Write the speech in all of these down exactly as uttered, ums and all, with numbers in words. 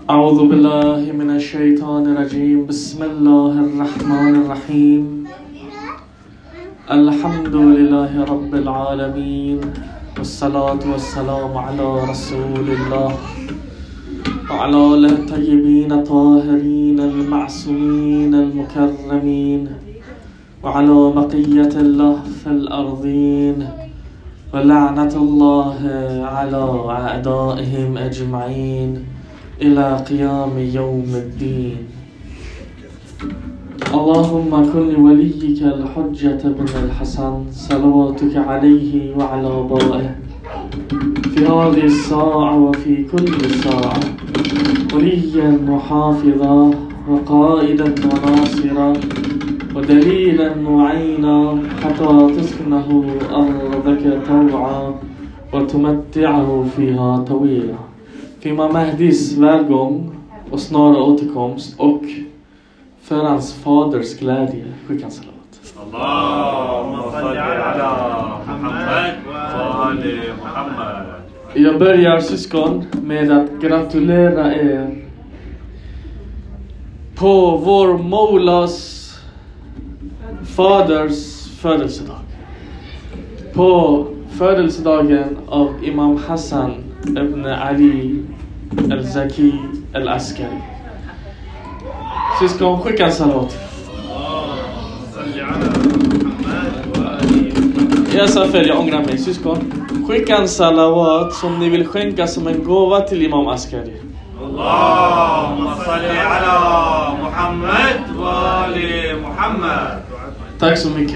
أعوذ بالله من الشيطان الرجيم. بسم الله الرحمن الرحيم. الحمد لله رب العالمين، والصلاة والسلام على رسول الله وعلى آله الطيبين الطاهرين المعصومين المكرمين وعلى بقية الله في الأرضين، ولعنة الله على أعدائهم أجمعين إلى قيام يوم الدين. اللهم كن لوليك الحجة بن الحسن صلواتك عليه وعلى آبائه في هذه الساعة وفي كل ساعة وليا وحافظا وقائدا وناصرا ودليلا وعينا حتى تسكنه أرضك طوعا وتمتعه فيها طويلا. Fimma Mahdis välgång och snara återkomst och för hans faders glädje skickar salat. Allahumma salli ala Muhammad wa ali Muhammad. Jag börjar syskon med att gratulera er på vår Maulas faders födelsedag. På födelsedagen av Imam Hassan ibn Ali al-Zaki al-Askari. Syskon, skicka en salat. Jag sa fel, jag ångrar mig. Syskon, skicka en salawat som ni vill skänka som en gåva till Imam Askari. Allahumma salli ala Muhammad wa ali Muhammad. Tack så mycket.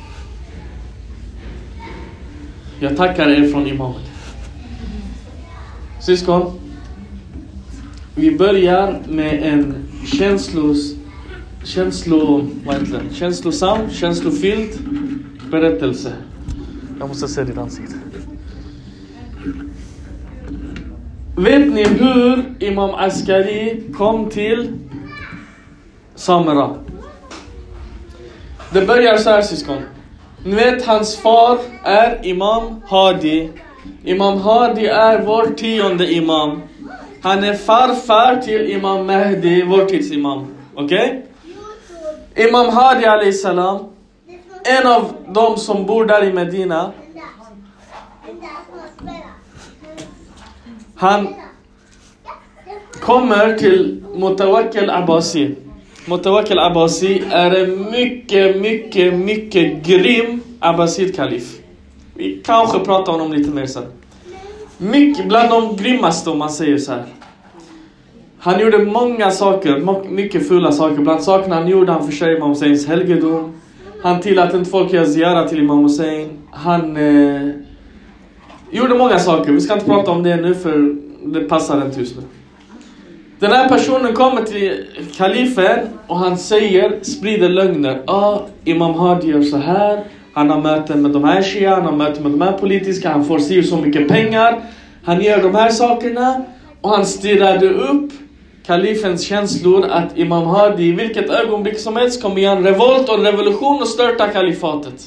Jag tackar er från imamen. Syskon, vi börjar med en känslos, känslo, vad heter det? Känslosam, känslofylld berättelse. Jag måste se ditt ansikte. Vet ni hur Imam Askari kom till Samara? Det börjar så här, syskon. Ni vet, hans far är Imam Hadi. Imam Hadi är vår tionde imam. Han är farfar till Imam Mahdi, vår tids imam. Okej? Okay? Imam Hadi alayhi salam, en av dem som bor där i Medina, han kommer till Mutawakkil Abbasi. Mutawakkil Abbasi är en mycket, mycket, mycket grym Abbasid-kalif. Vi kanske pratar om honom lite mer sen. Mycket, bland de grymmaste, om man säger så här. Han gjorde många saker, mycket fulla saker. Bland sakerna han gjorde, han förstörde Imam Husseins helgedom. Han tillät inte folk göra ziyara till Imam Hussein. Han eh, gjorde många saker. Vi ska inte prata om det nu, för det passar inte just nu. Den här personen kommer till kalifen och han säger, sprider lögner. Ja, ah, Imam Hadi gör så här. Han har möten med de här shia, han har möten med de här politiska, han får se så mycket pengar. Han gör de här sakerna och han stirrade upp kalifens känslor att Imam Hadi i vilket ögonblick som helst kommer göra en revolt och en revolution och störta kalifatet.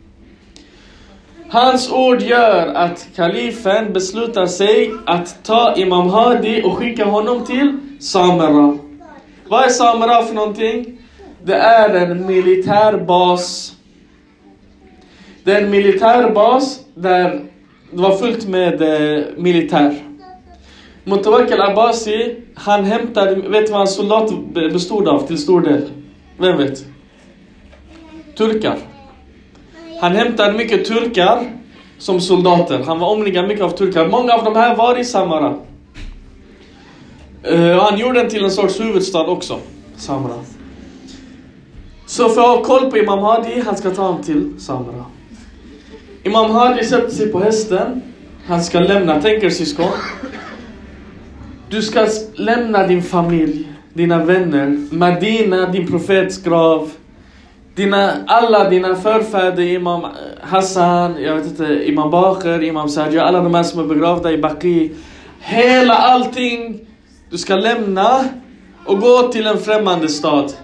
Hans ord gör att kalifen beslutar sig att ta Imam Hadi och skicka honom till Samara. Vad är Samara för någonting? Det är en militärbas. Det är en militärbas där det var fullt med eh, militär. Mutawakkil Abbasi, han hämtade, vet vad hans soldat bestod av till stor del? Vem vet? Turkar. Han hämtade mycket turkar som soldater. Han var omringad mycket av turkar. Många av de här var i Samara. Uh, han gjorde den till en sorts huvudstad också, Samara. Så för att ha koll på Imam Hadi, han ska ta honom till Samara. Imam Hadi sätter sig på hästen. Han ska lämna, tänker syskon. Du ska lämna din familj, dina vänner, Medina, din profets grav, dina, alla dina förfäder, Imam Hassan, jag vet inte, Imam Bakr, Imam Sajjad, alla de här som är begravda i Baqi. Hela allting du ska lämna och gå till en främmande stad.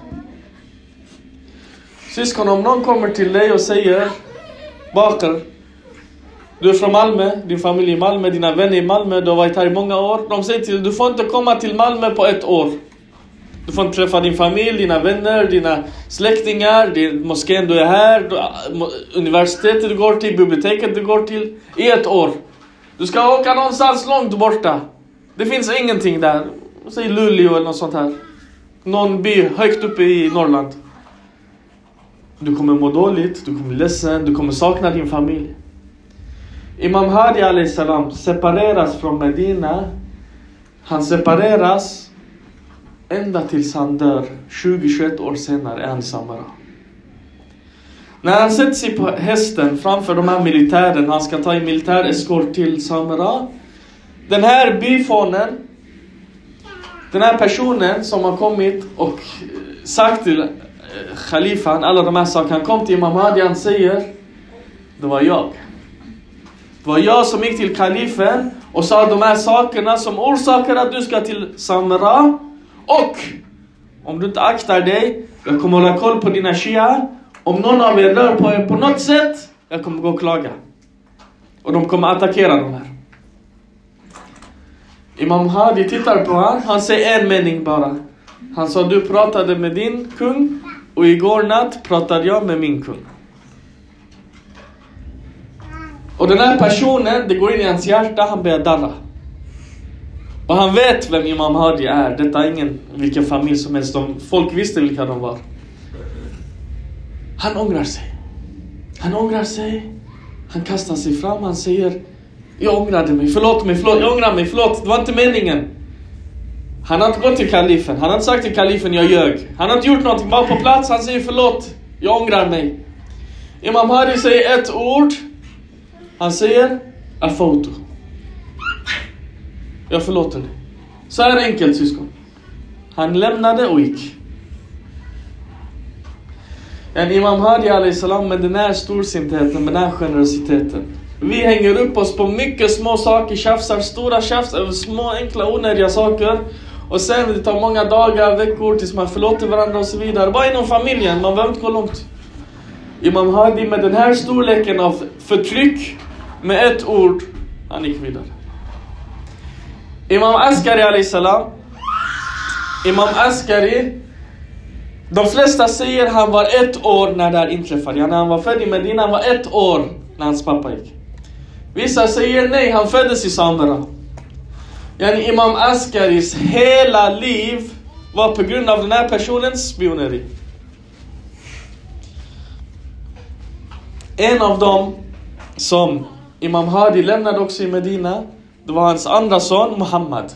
Syskon, om någon kommer till dig och säger, Bakr, Du är från Malmö, din familj i Malmö, dina vänner i Malmö, du har varit här i många år. De säger till dig, du får inte komma till Malmö på ett år. Du får inte träffa din familj, dina vänner, dina släktingar, din moskén du är här, du, universitetet du går till, biblioteket du går till, i ett år. Du ska åka någonstans långt borta. Det finns ingenting där. Säg Luleå eller något sånt här. Någon by högt uppe i Norrland. Du kommer må dåligt, du kommer bli ledsen, du kommer sakna din familj. Imam Hadi alayhi salam separeras från Medina. Han separeras ända tills han dör. tjugo till tjugoett år senare är han i Samara. När han sätter sig på hästen framför de här militären, han ska ta en militäreskort till Samara. Den här byfånen, den här personen som har kommit och sagt till khalifan alla de här sakerna, han kom till Imam Hadi, han säger, det var jag. Det var jag som gick till kalifen och sa de här sakerna som orsakar att du ska till Samara. Och om du inte aktar dig, jag kommer hålla koll på dina shia. Om någon av er rör på er på något sätt, jag kommer gå och klaga. Och de kommer attackera de här. Imam Hadi tittar på han, han säger en mening bara. Han sa, du pratade med din kung och igår natt pratade jag med min kung. Och den här personen, det går in i hans hjärta, han börjar darra. Och han vet vem Imam Hadi är. Detta är ingen, vilken familj som helst. De, folk visste vilka de var. Han ångrar sig. Han ångrar sig. Han kastar sig fram, han säger, jag ångrade mig, förlåt mig, förlåt, jag ångrar mig, förlåt, det var inte meningen. Han har inte gått till kalifen, han har inte sagt till kalifen, jag ljög. Han har inte gjort någonting, bara på plats, han säger förlåt, jag ångrar mig. Imam Hadi säger ett ord. Han säger, afoto. Jag förlåter dig. Så är det enkelt, syskon. Han lämnade och gick. En Imam Hadi alayhi salam med den här storsintheten, med den här generositeten. Vi hänger upp oss på mycket små saker, tjafsar, stora tjafs över små enkla onödiga saker. Och sen det tar många dagar, veckor tills man förlåter varandra och så vidare. Bara inom familjen, man behöver inte gå långt. Imam Hadi med den här storleken av förtryck, med ett ord, han gick vidare. Imam Askari alayhi salam. Imam Askari, de flesta säger han var ett år när det här inträffade. Ja, när han var född i Medina, han var ett år när hans pappa gick. Vissa säger nej, han föddes i Samara. Yani Imam Askaris hela liv var på grund av den här personens spioneri. En av dem som Imam Hadi lämnade också i Medina, det var hans andra son Muhammad.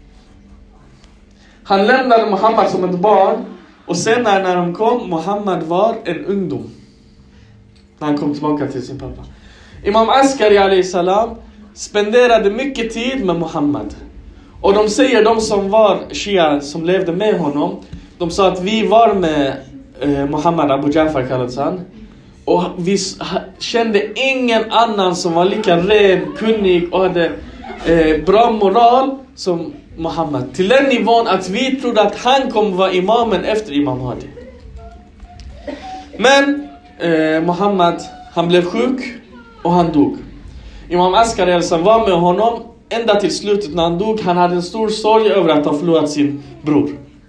Han lämnade Muhammad som ett barn. Och sen när de kom, Muhammad var en ungdom. När han kom tillbaka till sin pappa. Imam Askari alayhi salam spenderade mycket tid med Muhammad. Och de säger, de som var shia, som levde med honom, de sa att vi var med eh, Muhammad, Abu Jafar kallades han. Och vi kände ingen annan som var lika ren, kunnig och hade eh, bra moral som Muhammad. Till den nivån att vi trodde att han kommer vara imamen efter Imam Hadi. Men eh, Muhammad, han blev sjuk och han dog. Imam Askari var med honom ända till slutet när han dog. Han hade en stor sorg över att ha förlorat sin bror.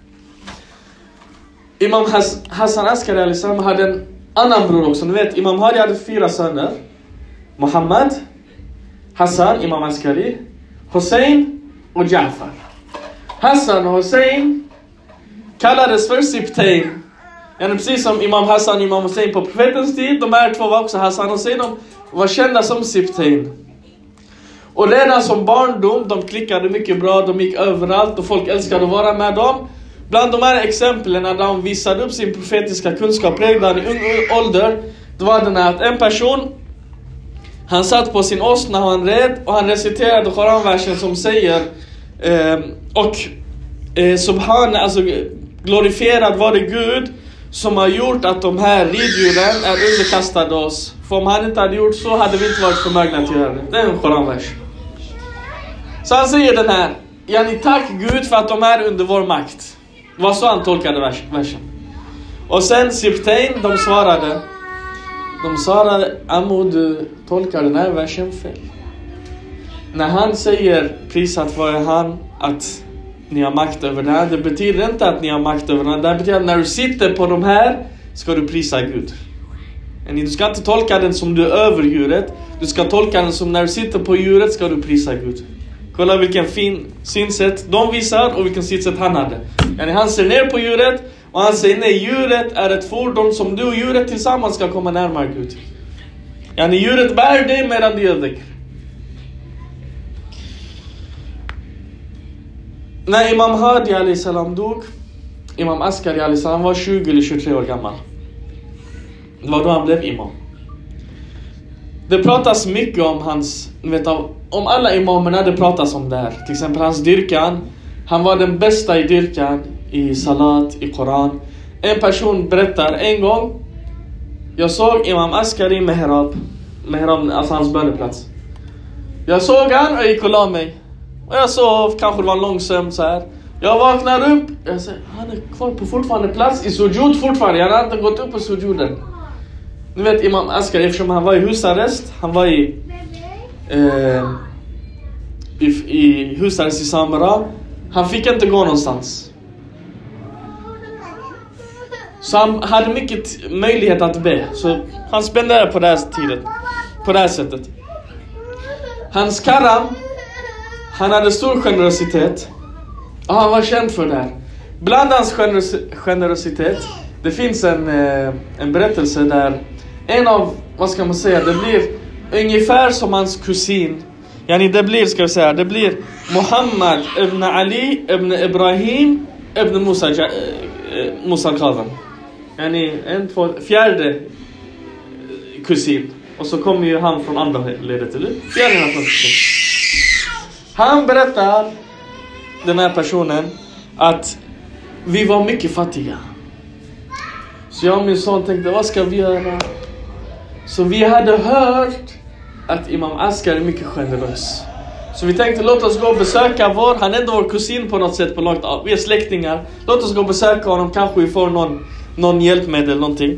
Imam Has- Hassan Askari hade en annan bror också. Ni vet, Imam Hadi hade fyra söner. Muhammad, Hassan, Imam Askari, Hussein och Jafar. Hassan och Hussein kallades för Sibtain. Ja, precis som Imam Hassan och Imam Hussein på profetens tid. De här två var också Hassan och Hussein. De var kända som Sibtain. Och redan som barndom, de klickade mycket bra. De gick överallt och folk älskade att vara med dem. Bland de här exemplen när de visade upp sin profetiska kunskap redan i ung ålder, det var den här att en person, han satt på sin åsna och han red och han reciterade Koranversen som säger eh, och eh, Subhana, alltså glorifierad var det Gud som har gjort att de här riddjuren är underkastade oss. För om han inte hade gjort så hade vi inte varit förmögna till att göra det. Det är en Koranvers. Så han säger den här, yani tack Gud för att de är under vår makt. Det var så han tolkade versen. Och sen Sibtain, de svarade, De sa, Amo, du tolkar den här versen fel. När han säger prisat vare han att ni har makt över det här, det betyder inte att ni har makt över det här. Det betyder att när du sitter på de här ska du prisa Gud. Du ska inte tolka den som du är över djuret. Du ska tolka den som när du sitter på djuret ska du prisa Gud. Kolla vilken fin synsätt de visar och vilken synsätt han hade. Yani han ser ner på djuret och han säger nej, djuret är ett fordon som du och djuret tillsammans ska komma närmare Gud. Yani djuret bär dig medan du gör det. När Imam Hadi alayhi salam dog, Imam Askari alayhi salam var tjugo eller tjugotre år gammal. Det var då han blev imam. Det pratas mycket om hans, vet av, om alla imamerna, det pratas om det här. Till exempel hans dyrkan. Han var den bästa i dyrkan, i salat, i Koran. En person berättar en gång, jag såg Imam Askari mehrab. Mehrab, alltså hans böneplats. Jag såg han och gick och la mig. Och jag sov, kanske det var en lång sömn så här. Jag vaknar upp, jag säger, han är kvar på fortfarande plats i sujud fortfarande. Jag har inte gått upp på sujuden. Ni vet Imam Askari, eftersom han var i husarrest, han var i eh, i, i husarrest i Samara. Han fick inte gå någonstans. Så han hade mycket möjlighet att be. Så han spenderade på det här tiden, på det här sättet. Hans karam, han hade stor generositet. Och han var känd för det här. Bland hans generos- generositet, det finns en, eh, en berättelse där en av, vad ska man säga, det blir ungefär som hans kusin. Yani det blir, ska vi säga, det blir Muhammad ibn Ali ibn Ibrahim ibn Musa, äh, Musa al-Qadhan. Yani en, två, fjärde kusin. Och så kommer ju han från andra ledet, eller? Fjärde kusin. Han berättar, den här personen, att vi var mycket fattiga. Så jag och min son tänkte, vad ska vi göra? Så vi hade hört att Imam Askar är mycket generös. Så vi tänkte, låt oss gå och besöka vår, han är ändå vår kusin på något sätt på långt av. Vi är släktingar. Låt oss gå och besöka honom, kanske vi får någon, någon hjälpmedel, någonting.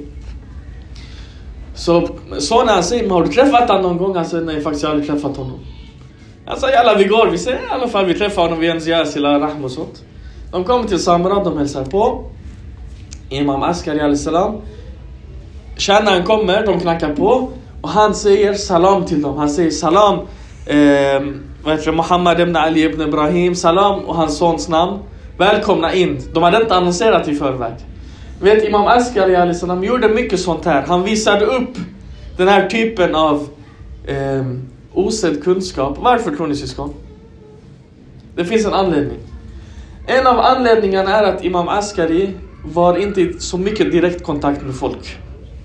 Så sonen han säger, men har du träffat honom någon gång? Han säger, nej faktiskt jag har aldrig träffat honom. Han sa, jalla vi går, vi säger i alla fall vi träffar honom vid en ziyar rahm och sånt. De kommer till Samra, de hälsar på Imam Askari alayhi salam. Tjänaren kommer, de knackar på och han säger salam till dem. Han säger salam eh, vad heter det, Muhammad ibn Ali ibn Ibrahim, salam och hans sons namn. Välkomna in. De hade inte annonserat i förväg. Vet, Imam Askari alayhi salam gjorde mycket sånt här. Han visade upp den här typen av eh, osedd kunskap. Varför tror ni syskon? Det finns en anledning. En av anledningarna är att Imam Askari var inte i så mycket direkt kontakt med folk.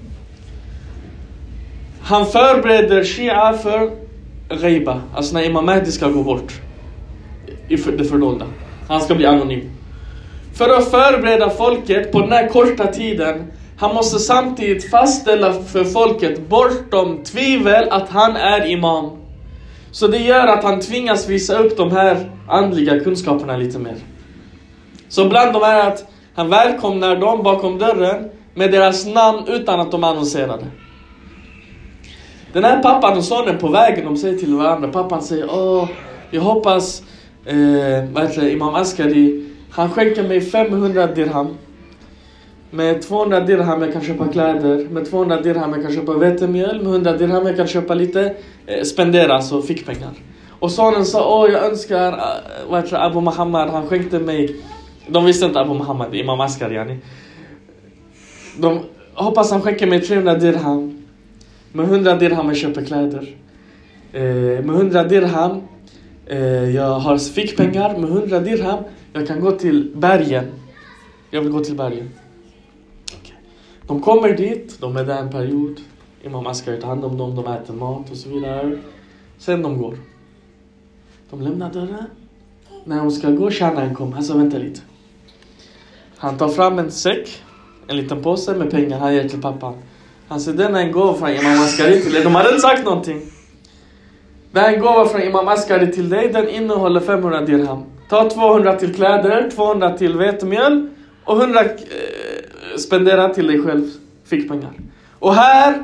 Han förbereder Shia för Ghaiba, alltså när Imam Mahdi ska gå bort i det fördolda. Han ska bli anonym. För att förbereda folket på den här korta tiden, han måste samtidigt fastställa för folket bortom tvivel att han är imam. Så det gör att han tvingas visa upp de här andliga kunskaperna lite mer. Så bland de är att han välkomnar dem bakom dörren med deras namn utan att de annonserade. Den här pappan och sonen på vägen, de säger till varandra. Pappan säger, åh, jag hoppas eh, vad heter det, Imam Askari, han skänker mig femhundra dirham. Med tvåhundra dirham jag kan köpa kläder. Med tvåhundra dirham jag kan köpa vetemjöl. Med hundra dirham jag kan köpa lite eh, spendera, alltså fickpengar. Och sonen sa, åh jag önskar äh, vad heter det, Abu Muhammad, han skänkte mig. De visste inte Abu Muhammad, Imam Askari yani. De hoppas han skänker mig trehundra dirham. Med hundra dirham jag köper kläder. Eh, med hundra dirham eh, jag har fickpengar. Med hundra dirham jag kan gå till bergen. Jag vill gå till bergen. Okay. De kommer dit, de är där en period. Imam Askari tar hand om dem, de äter mat och så vidare. Sen de går. De lämnar dörren. När de ska gå, tjänaren kommer. Han sa, vänta lite. Han tar fram en säck, en liten påse med pengar. Han ger till pappan. Han säger, den är en gåva från Imam Askari till dig. De hade inte sagt någonting. Den är en gåva från Imam Askari till dig. Den innehåller femhundra dirham. Ta tvåhundra till kläder, tvåhundra till vetemjöl och hundra eh, spendera till dig själv fick pengar. Och här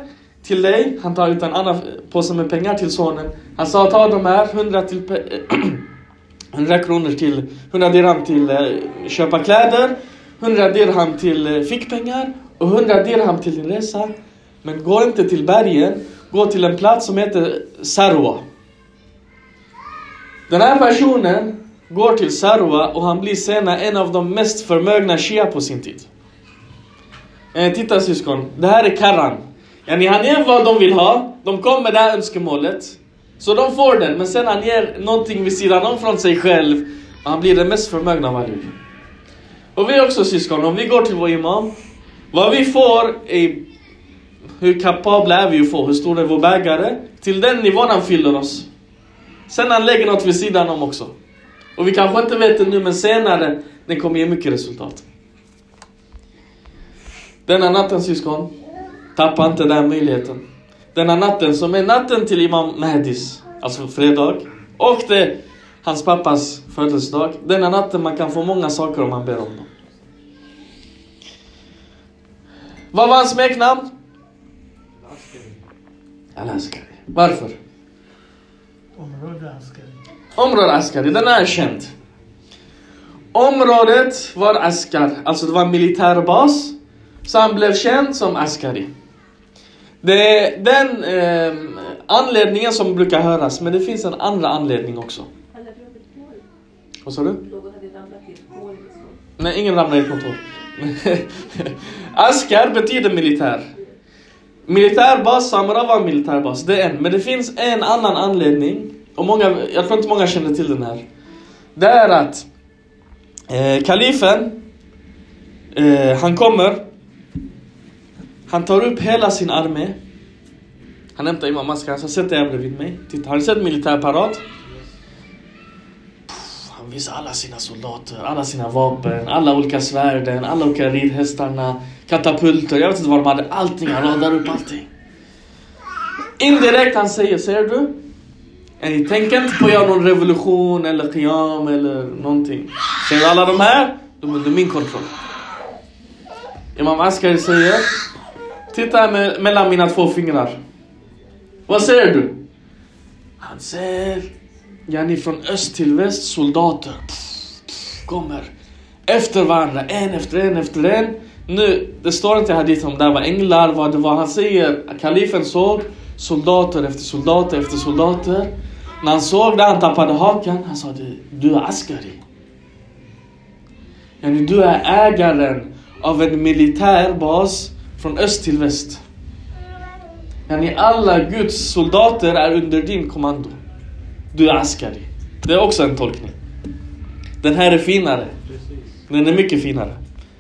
till dig. Han tar ut en annan påse med pengar till sonen. Han sa, ta de här hundra, till hundra kronor till, hundra dirham till eh, köpa kläder, hundra dirham till eh, fickpengar och hundra dirham till din resa. Men gå inte till bergen, gå till en plats som heter Sarwa. Den här personen går till Sarwa och han blir senare en av de mest förmögna shia på sin tid. Eh, titta syskon, det här är Karan. Yani han ger vad de vill ha, de kommer med det här önskemålet. Så de får den, men sen han ger någonting vid sidan om från sig själv. Och han blir den mest förmögna av alla. Och vi också syskon, om vi går till vår imam, vad vi får är hur kapabla är vi att få, hur stor är vår bägare. Till den nivån han fyller oss. Sen han lägger något vid sidan om också. Och vi kanske inte vet det nu, men senare den kommer ge mycket resultat. Denna natten syskon, tappa inte den möjligheten. Denna natten som är natten till Imam Mahdis, alltså fredag, och det hans pappas födelsedag. Denna natten man kan få många saker om man ber om dem. Vad var hans smeknamn? Al-Askari. Varför? Område Askari. Område Askari, den är känd. Området var Askar, alltså det var en militärbas. Så han blev känd som Askari. Det är den eh, anledningen som brukar höras, men det finns en andra anledning också. Vad sa du? Nej, ingen ramlar i ett motor. Askar betyder militär. Militärbas, Samra var en militärbas. Det är en, men det finns en annan anledning. Och många, jag tror inte många känner till den här. Det är att eh, kalifen eh, han kommer. Han tar upp hela sin armé. Han hämtar Imam Askari, så sätter jag bredvid mig. Titta, har ni sett militärparad? Puff, han visar alla sina soldater, alla sina vapen, alla olika svärden, alla olika ridhästarna, katapulter. Jag vet inte vad de hade, allting, han radar upp allting. Indirekt han säger, ser du? Ni tänker inte på att göra någon revolution eller qiyam eller någonting. Ser du alla de här? De är under min kontroll. Imam Askari säger, titta med, mellan mina två fingrar. Vad ser du? Han ser, yani från öst till väst, soldater pff, pff, kommer efter varandra, en efter en efter en. Nu, det står inte i hadith om det var änglar, vad det var. Han säger, kalifen såg soldater efter soldater efter soldater. När han såg det, han tappade hakan. Han sa, du, du är Askari. Yani du är ägaren av en militärbas från öst till väst. Yani alla Guds soldater är under din kommando. Du är Askari. Det är också en tolkning. Den här är finare. Den är mycket finare.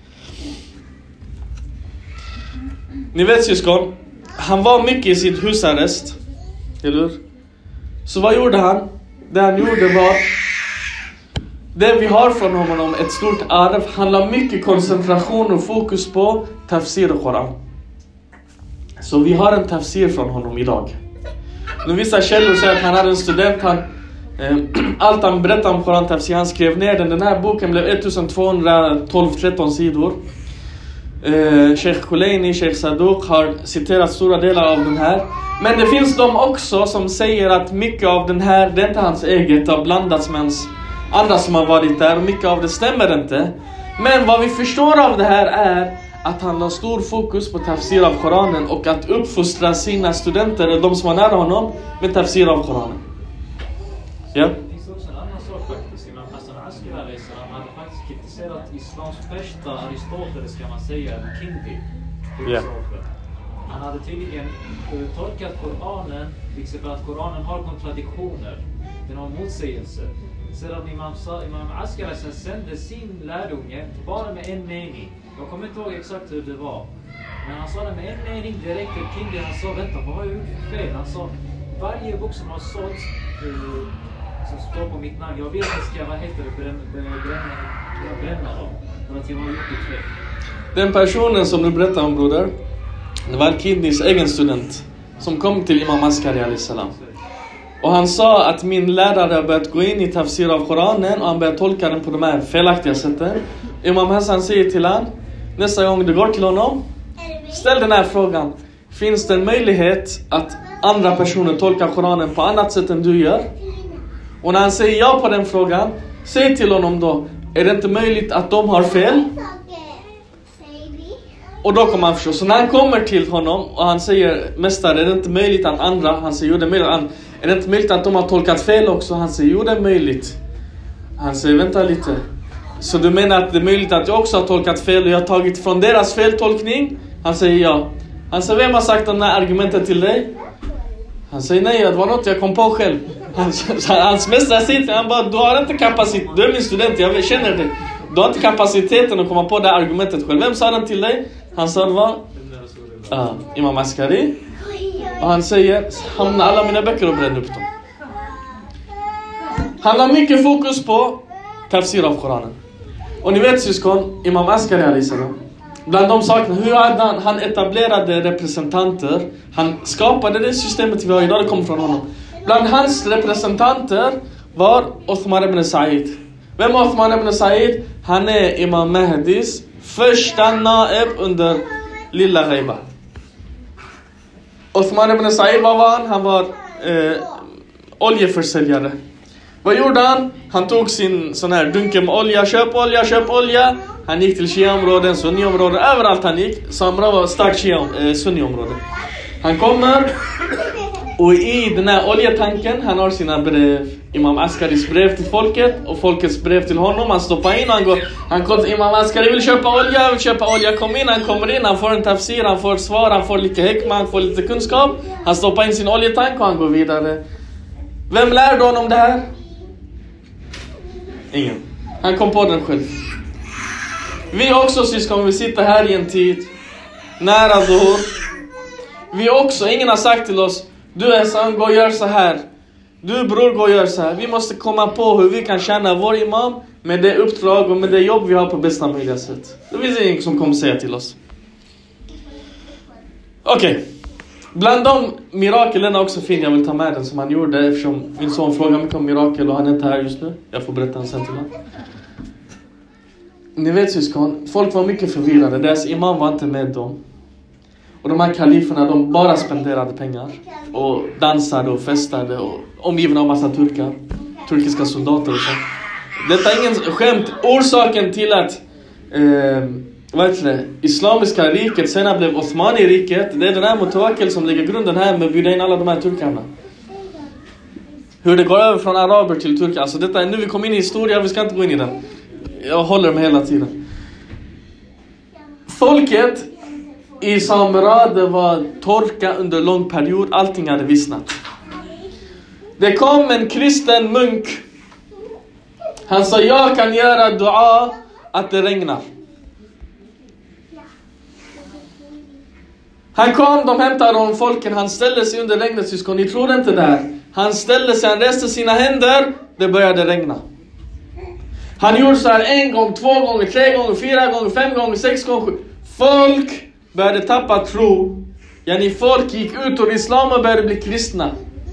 Ni vet syskon, han var mycket i sitt husarrest. Eller hur? Så vad gjorde han? Det han gjorde var, det vi har från honom, ett stort arv, han la mycket koncentration och fokus på tafsir och Koran. Så vi har en tafsir från honom idag. Nu vissa källor säger att han hade en student, han, eh, allt han berättade om Koran tafsir, han skrev ner den. Den här boken blev ettusentvåhundratolv tretton sidor. Eh, Sheikh Kuleini, Sheikh Saduq har citerat stora delar av den här. Men det finns de också som säger att mycket av den här, det är inte hans eget, det har blandats med hans andra som har varit där. Och mycket av det stämmer inte. Men vad vi förstår av det här är att han har stor fokus på tafsir av Koranen och att uppfostra sina studenter, eller de som var nära honom, med tafsir av Koranen. Ja? Det finns också en annan sak faktiskt. Imam Hassan Askari, han hade faktiskt kritiserat islams första Aristoteles, kan man säga, Kindi. Ja. Han hade tydligen tolkat Koranen, liksom att Koranen har kontradiktioner. Den har motsägelse. Sedan Imam, Imam Askari sände sin lärunge bara med en mening. Jag kommer inte ihåg exakt hur det var. Men han sa det med en mening direkt till Kindi. Han sa, vänta, vad har jag gjort för fel? Han sa, varje bok som har sålts uh, som står på mitt namn, jag vill att det ska, vad heter det, bränna, bränna, bränna dem. För att jag har gjort ett fel. Den personen som du berättar om, broder, det var Kindis egen student som kom till Imam Askari alayhi salam. Och han sa att min lärare har börjat gå in i tafsir av Koranen och han börjat tolka den på de här felaktiga sätten. Imam Hassan säger till han, nästa gång du går till honom, ställ den här frågan. finns det en möjlighet att andra personer tolkar Koranen på annat sätt än du gör? Och när han säger ja på den frågan, säg till honom då, är det inte möjligt att de har fel? Och då kommer han förstå. Så när han kommer till honom och han säger, mästare, är det inte möjligt att andra, han säger, jo det är möjligt, är det inte möjligt att de har tolkat fel också? Han säger, jo det är möjligt. Han säger, vänta lite. Så du menar att det är möjligt att jag också har tolkat fel och jag har tagit från deras feltolkning? Han säger ja. Han säger, vem har sagt de här argumenten till dig? Han säger, nej, det var något jag kom på själv. Hans, hans mästare säger till han bara, du har inte kapacitet, du är min student, jag känner det. Du har inte kapaciteten att komma på det argumentet själv. Vem sa den till dig? Han sa det var uh, Imam Askari. Och han säger, hamna alla mina böcker och bränn upp dem. Han har mycket fokus på tafsir av Koranen. Och ni vet syskon, Imam Askari alayhisalam, bland de sakerna, hur han, han etablerade representanter. Han skapade det systemet vi har idag, det kommer från honom. Bland hans representanter var Uthman ibn Sa'id. Vem är Uthman ibn Sa'id? Han är Imam Mahdis första naib under lilla Ghaiba. Uthman ibn Sa'id, vad var han? Han var eh, oljeförsäljare. Vad gjorde han? Han tog sin sån här dunke med olja, köp olja, köp olja. Han gick till Shia-områden, Sunni-områden, överallt han gick. Samra var starkt Shia, eh, Sunni-områden. Han kommer och i den här oljetanken, han har sina brev. Imam Askaris brev till folket och folkets brev till honom. Han stoppar in och han går, han går till Imam Askari, vill köpa olja, vill köpa olja, kom in. Han kommer in, han får en tafsir, han får ett svar, han får lite hekma, han får lite kunskap. Han stoppar in sin oljetank och han går vidare. Vem lärde honom det här? Ingen. Han kom på den själv. Vi också syskon, vi sitter här i en tid nära Zuhur. Vi också, ingen har sagt till oss, du är son, gå och gör så här. Du bror, gå och gör så här. Vi måste komma på hur vi kan tjäna vår imam med det uppdrag och med det jobb vi har på bästa möjliga sätt. Det finns ingen som kommer säga till oss. Okej. Okay. Bland de miraklerna också fin, jag vill ta med den som han gjorde, eftersom min son frågar mycket om mirakel och han är inte här just nu. Jag får berätta en sen till honom. Ni vet syskon, folk var mycket förvirrade. Deras imam var inte med dem. Och de här kaliferna, de bara spenderade pengar. Och dansade och festade och omgivna av massa turkar. Turkiska soldater och så. Detta är ingen skämt. Orsaken till att eh, vad heter det? Islamiska riket senare blev Osmani-riket. Det är den här Mutawakkil som lägger grunden här med att bjuda in alla de här turkarna. Hur det går över från araber till turkar. Alltså detta är nu vi kommer in i historia, vi ska inte gå in i den. Jag håller mig hela tiden. Folket i Samra, det var torka under lång period. Allting hade vissnat. Det kom en kristen munk. Han sa, jag kan göra dua att det regnar. Han kom, de hämtade honom folken. Han ställde sig under regnet, syskon. Ni tror inte det här. Han ställde sig, han reste sina händer. Det började regna. Han gjorde så här en gång, två gånger, tre gånger, fyra gånger, fem gånger, sex gånger. Folk började tappa tro. Yani folk gick ut ur islam och började bli kristna.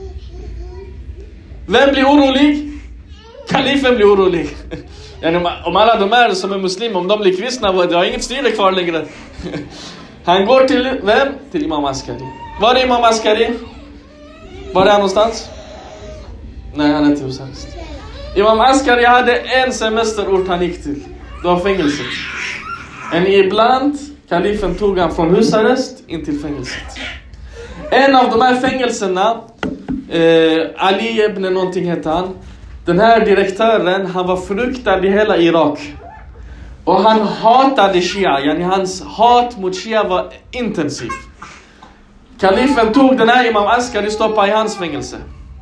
Vem blir orolig? Kalifen blir orolig. Yani om alla de här som är muslimer, om de blir kristna, det har inget styre kvar längre. Han går till vem? Till Imam Askari. Var är Imam Askari? Var är han någonstans? Nej, han är inte hos hans. Imam Askari hade en semesterort han gick till. Det var fängelset. En ibland kalifen tog han från husarrest in till fängelset. En av de här fängelserna, eh, Ali ibn någonting heter han. Den här direktören, han var fruktad i hela Irak. Och han hatade Shia. Yani hans hat mot Shia var intensiv. Kalifen tog den här Imam Askari och stoppade i hans fängelse.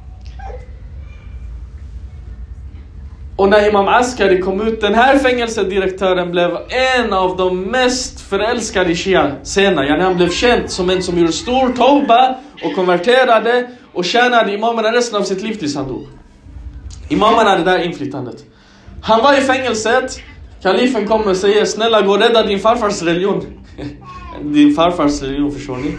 Och när Imam Askari kom ut, den här fängelsedirektören blev en av de mest förälskade i Shia senare. Yani han blev känd som en som gjorde stor tauba och konverterade och tjänade imamerna resten av sitt liv tills han dog. Imamerna hade det där inflytandet. Han var i fängelset. Kalifen kommer och säger, snälla gå och rädda din farfars religion. Din farfars religion, förstår ni?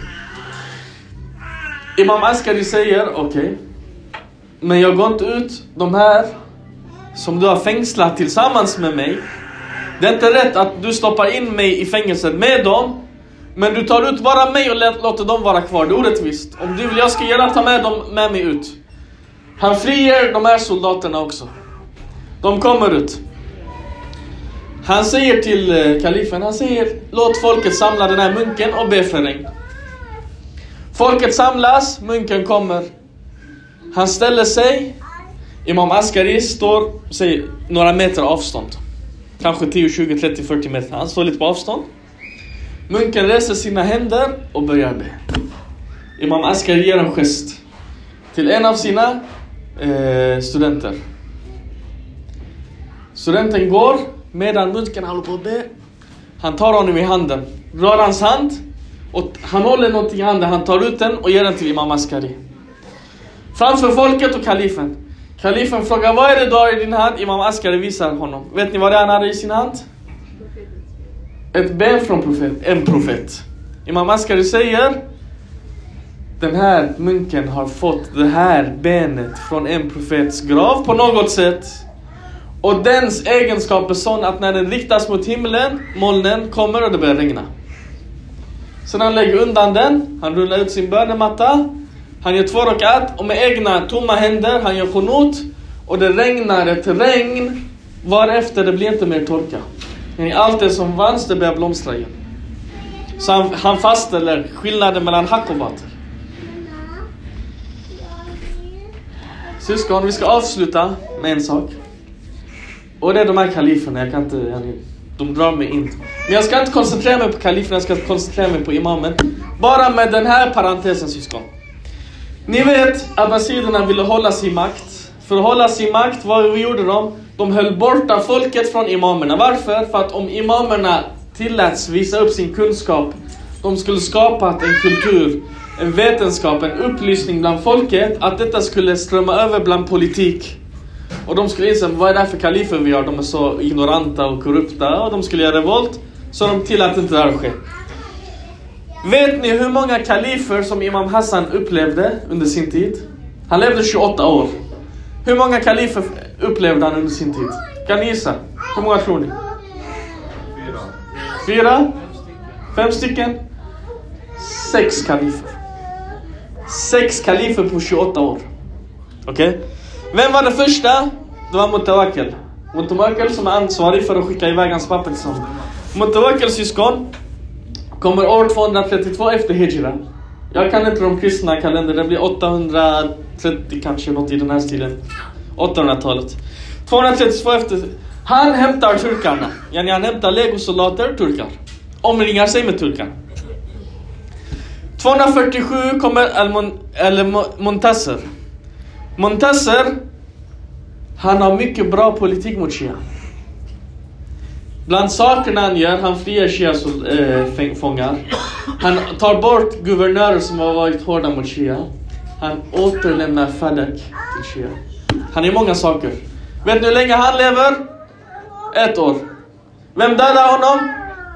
Imam Askari säger, okej. Okay, men jag går inte ut de här som du har fängslat tillsammans med mig. Det är inte rätt att du stoppar in mig i fängelset med dem. Men du tar ut bara mig och låter dem vara kvar. Det är orättvist. Om du vill jag ska gärna ta med dem med mig ut. Han friger de här soldaterna också. De kommer ut. Han säger till kalifen, han säger, låt folket samla den här munken och be för regn. Folket samlas, munken kommer. Han ställer sig. Imam Askari står säg, några meter avstånd. Kanske tio, tjugo, trettio, fyrtio meter. Han står lite på avstånd. Munken reser sina händer och börjar be. Imam Askari ger en gest till en av sina eh, studenter. Studenten går medan munken håller på att be. Han tar honom i handen. Rör hans hand. Och han håller någonting i handen. Han tar ut den och ger den till Imam Askari. Framför folket och kalifen. Kalifen frågar, vad är det du har i din hand? Imam Askari visar honom. Vet ni vad det är han hade i sin hand? Ett ben från profet. En profet. Imam Askari säger, den här munken har fått det här benet från en profets grav på något sätt. Och dens egenskap är sån att när den riktas mot himlen, molnen kommer och det börjar regna. Så han lägger undan den, han rullar ut sin bönematta, han gör två rakat och med egna tomma händer, han gör qunut och det regnar ett regn varefter det blir inte mer torka. Allt det som vanns, det börjar blomstra igen. Så han, han fastställer skillnaden mellan hack och batil. Syskon, vi ska avsluta med en sak. Och det är de här kaliferna, jag kan inte, de drar mig in. Men jag ska inte koncentrera mig på kaliferna, jag ska koncentrera mig på imamen. Bara med den här parentesen, syskon. Ni vet, abbasiderna ville hålla sin makt. För att hålla sin makt, vad gjorde de? De höll borta folket från imamerna. Varför? För att om imamerna tilläts visa upp sin kunskap, de skulle skapa en kultur, en vetenskap, en upplysning bland folket, att detta skulle strömma över bland politik. Och de skulle inse, vad är det för kalifer vi har? De är så ignoranta och korrupta. Och de skulle göra revolt. Så de tillät inte det här ske. Vet ni hur många kalifer som Imam Hassan upplevde under sin tid? Han levde tjugoåtta år. Hur många kalifer upplevde han under sin tid? Kan ni gissa? Hur många tror ni? Fyra. Fyra? Fem stycken? Sex kalifer. Sex kalifer på tjugoåtta år. Okej? Okay? Vem var det första? Det var Mutawakkil. Mutawakkil som är ansvarig för att skicka iväg hans papper till honom. Mutawakkil syskon kommer år tvåhundratrettiotvå efter Hijra. Jag kan inte de kristna kalender. Det blir åttahundratrettio kanske något i den här stilen. åttahundratalet. tvåhundratrettiotvå efter. Han hämtar turkarna. Yani han hämtar legosoldater, turkar. Omringar sig med turkar. tvåhundrafyrtiosju kommer Al-Muntasir. Muntasir, han har mycket bra politik mot Shia. Bland sakerna han gör, han friar Shias äh, fångar. Han tar bort guvernörer som har varit hårda mot Shia. Han återlämnar Fadak till Shia. Han är många saker. Vet ni hur länge han lever? Ett år. Vem dödar honom?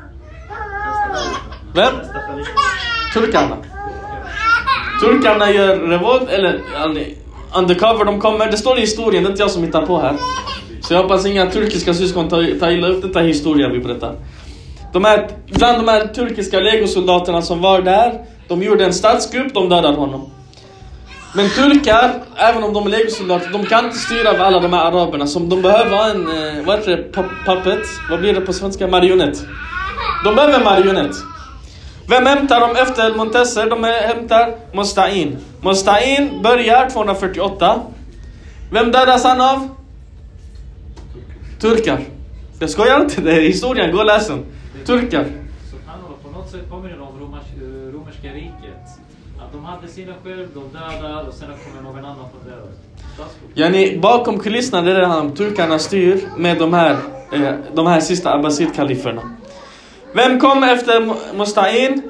Vem? Turkarna. Turkarna gör revolt, eller undercover, de kommer. Det står i historien, det är inte jag som hittar på här. Så jag hoppas inga turkiska syskon tar, tar illa upp detta historia vi berättar. De här, bland de här turkiska legosoldaterna som var där, de gjorde en statskupp, de dödade honom. Men turkar, även om de är legosoldater, de kan inte styra över alla de här araberna. Som de behöver ha en, vad heter det, puppet? Vad blir det på svenska? Marionett. De behöver marionett. Vem hämtar de efter Muntasir? De hämtar Musta'in. Musta'in börjar tvåhundrafyrtioåtta. Vem dödas han av? Turkar. Jag skojar inte, det är historien, gå och läs den. Turkar. Så på något sätt kommer det om romers, romerska riket. Att de hade sina själv, de dödar och sen kommer någon annan på död. Yani, bakom kulisserna det är det han, turkarna styr med de här, eh, de här sista Abbasid-kaliferna. Vem kom efter Musta'in?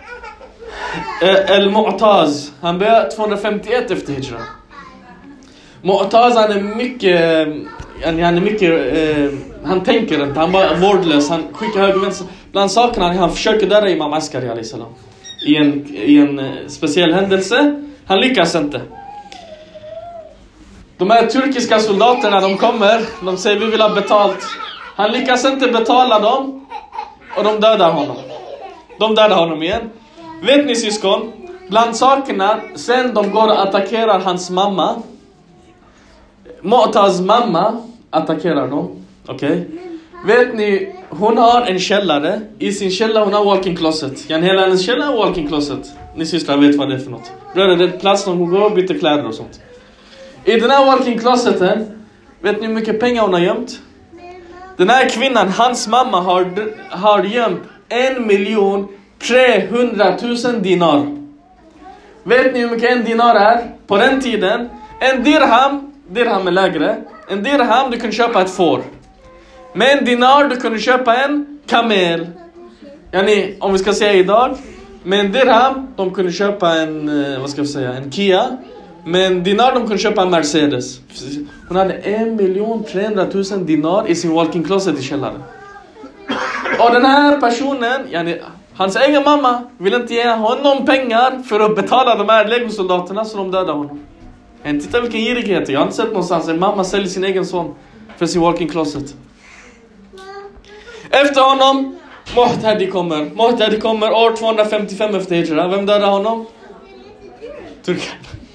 El-Mu'taz. Han började tvåhundrafemtioett efter Hijra. Mu'taz, han är mycket, han är mycket eh, han tänker inte, han var vårdlös, han skickar höger vänster. Bland sakerna han försöker döda Imam Askari alayhi salam. I en, i en speciell händelse. Han lyckas inte. De här turkiska soldaterna, de kommer, de säger vi vill ha betalt. Han lyckas inte betala dem och de dödar honom. De dödade honom igen. Vet ni syskon? Bland sakerna, sen de går och attackerar hans mamma. Mu'tas mamma attackerar dem. Okej. Okay. Vet ni, hon har en källare. I sin källare hon har walk-in closet. Yani hela hennes källare är walk-in closet. Ni systrar vet vad det är för något. Bröder, det är plats när hon går och byter kläder och sånt. I den här walk-in closeten, vet ni hur mycket pengar hon har gömt? Den här kvinnan, hans mamma, har, har gömt en miljon trehundratusen dinar. Vet ni hur mycket en dinar är? På den tiden, en dirham, dirham är lägre. En dirham, du kan köpa ett får. Med en dinar, du kunde köpa en kamel. Yani, om vi ska säga idag, med en dirham, de kunde köpa en, vad ska vi säga, en Kia. Med en dinar, de kunde köpa en Mercedes. Hon hade en miljon trehundratusen dinar i sin walk-in closet i källaren. Och den här personen, yani, hans egen mamma vill inte ge honom pengar för att betala de här legosoldaterna så de dödar honom. En titta vilken girighet. Jag har inte sett någonstans en mamma säljer sin egen son för sin walk-in closet. Efter honom, Muhtadi kommer. Muhtadi kommer år tvåhundrafemtiofem efter Hijra. Vem dödar honom? Turkan.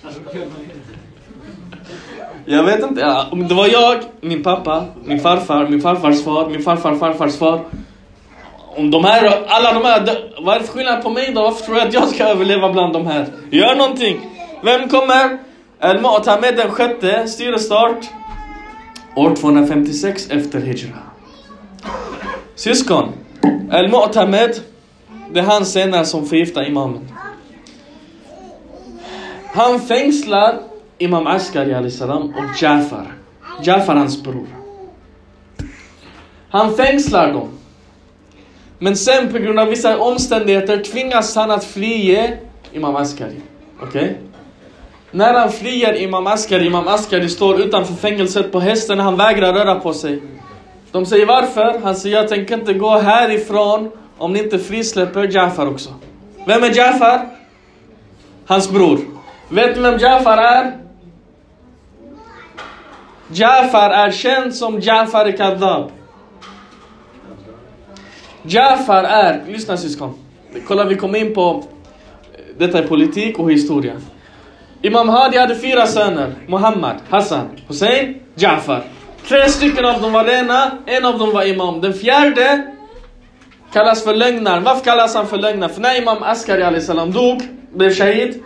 Jag vet inte. Ja, det var jag, min pappa, min farfar, min farfars far, min farfar, farfars far. Om de här, alla de här, vad är det för skillnad på mig då? Varför tror jag att jag ska överleva bland de här? Gör någonting. Vem kommer? Al-Mu'tamid den sjätte, styrestart år tvåhundrafemtiosex efter Hijra. Syskon, Al-Mu'tamid, det är han senare som förgiftar imamen. Han fängslar Imam Askari alayhi salam och Jafar. Jafar hans bror. Han fängslar dem. Men sen på grund av vissa omständigheter tvingas han att flyga Imam Askari. Okej? Okay? När han flyger Imam Askari, Imam Askari står utanför fängelset på hästen och han vägrar röra på sig. De säger varför? Han säger jag tänker inte gå härifrån om ni inte frisläpper Jafar också. Vem är Jafar? Hans bror. Vet ni vem Jafar är? Jafar är känd som Jafar Kadhab. Jafar är, lyssna syskon. Kolla, vi kommer in på detta är politik och historia. Imam Hadi hade fyra söner. Muhammad, Hassan, Hussein, Jafar. Tre stycken av dem var rena, en av dem var imam. Den fjärde kallas för lögnaren. Varför kallas han för lögnaren? För när Imam Askari alayhi salam dog, blev shahid.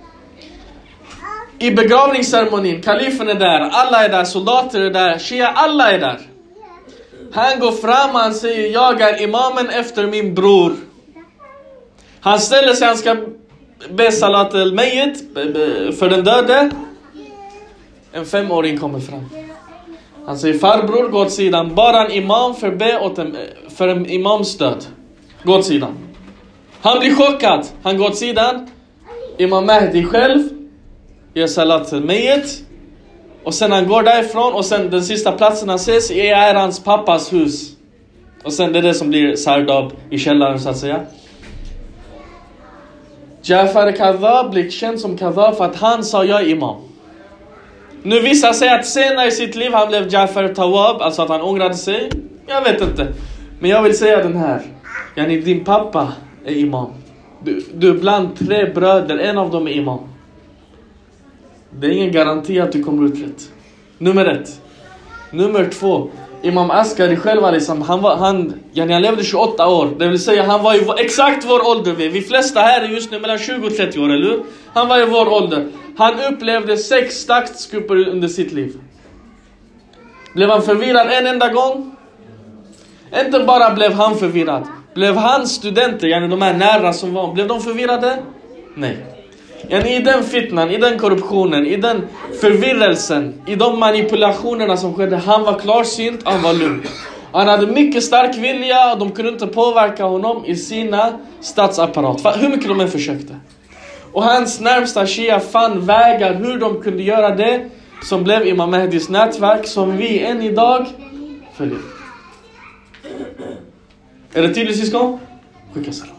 I begravningsceremonin, kalifen är där, alla är där, soldater är där, shia, alla är där. Han går fram och han säger, jag är imamen efter min bror. Han ställer sig, han ska be salat al-mayyit för den döde. En femåring kommer fram. Han säger, farbror, gå åt sidan. Bara en imam för be åt en, för en imams död. Gå åt sidan. Han blir chockad. Han går åt sidan. Imam Mahdi själv gör salat al-mayyit. Och sen han går därifrån. Och sen den sista platsen han ses är hans pappas hus. Och sen det är det som blir Sardab i källaren så att säga. Jafar Kadhab blir känd som Kadhab för att han sa jag är imam. Nu visar sig att senare i sitt liv han blev Jafar Tawab, alltså att han ångrade sig. Jag vet inte. Men jag vill säga den här. Yani din pappa är imam. Du, du är bland tre bröder, en av dem är imam. Det är ingen garanti att du kommer ut rätt. Nummer ett. Nummer två. Imam Askari själv liksom, han, var, han, yani han levde tjugoåtta år. Det vill säga han var ju exakt vår ålder. Vi, vi flesta här är just nu mellan tjugo och trettio år, eller hur? Han var i vår ålder. Han upplevde sex statskupper under sitt liv. Blev han förvirrad en enda gång? Inte bara blev han förvirrad. Blev hans studenter, yani de här nära som var, blev de förvirrade? Nej. Yani i den fitnan, i den korruptionen, i den förvirrelsen, i de manipulationerna som skedde, han var klarsynt, han var lugn. Han hade mycket stark vilja och de kunde inte påverka honom i sina statsapparat. Hur mycket de än försökte. Och hans närmsta shia fann vägar hur de kunde göra det som blev Imam Mahdis nätverk som vi än idag följer. Är det tydligt syskon? Skicka salam.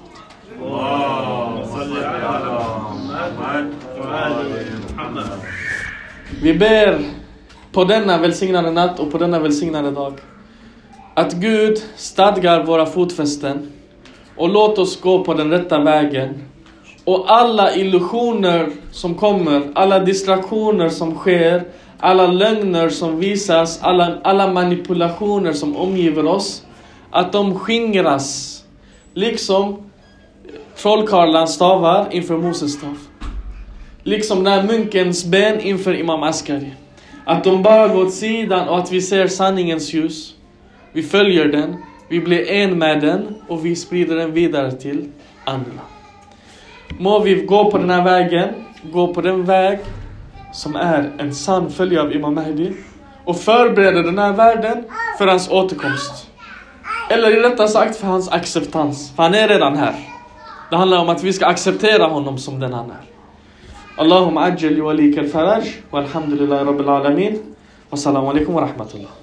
Vi ber på denna välsignade natt och på denna välsignade dag att Gud stadgar våra fotfästen Och låt oss gå på den rätta vägen. Och alla illusioner som kommer, alla distraktioner som sker, alla lögner som visas, alla, alla manipulationer som omgiver oss, att de skingras. Liksom trollkarlans stavar inför Moses stav. Liksom den här munkens ben inför Imam Askari. Att de bara går åt sidan och att vi ser sanningens ljus. Vi följer den, vi blir en med den och vi sprider den vidare till andra. Må vi gå på den här vägen, gå på den väg som är en sann följe av Imam Mahdi och förbereda den här världen för hans återkomst. Eller rättare sagt för hans acceptans. För han är redan här. Det handlar om att vi ska acceptera honom som den han är. Allahumma ajjal walika al-faraj walhamdulillahi rabbil alamin. Wassalamu alaikum wa rahmatullah.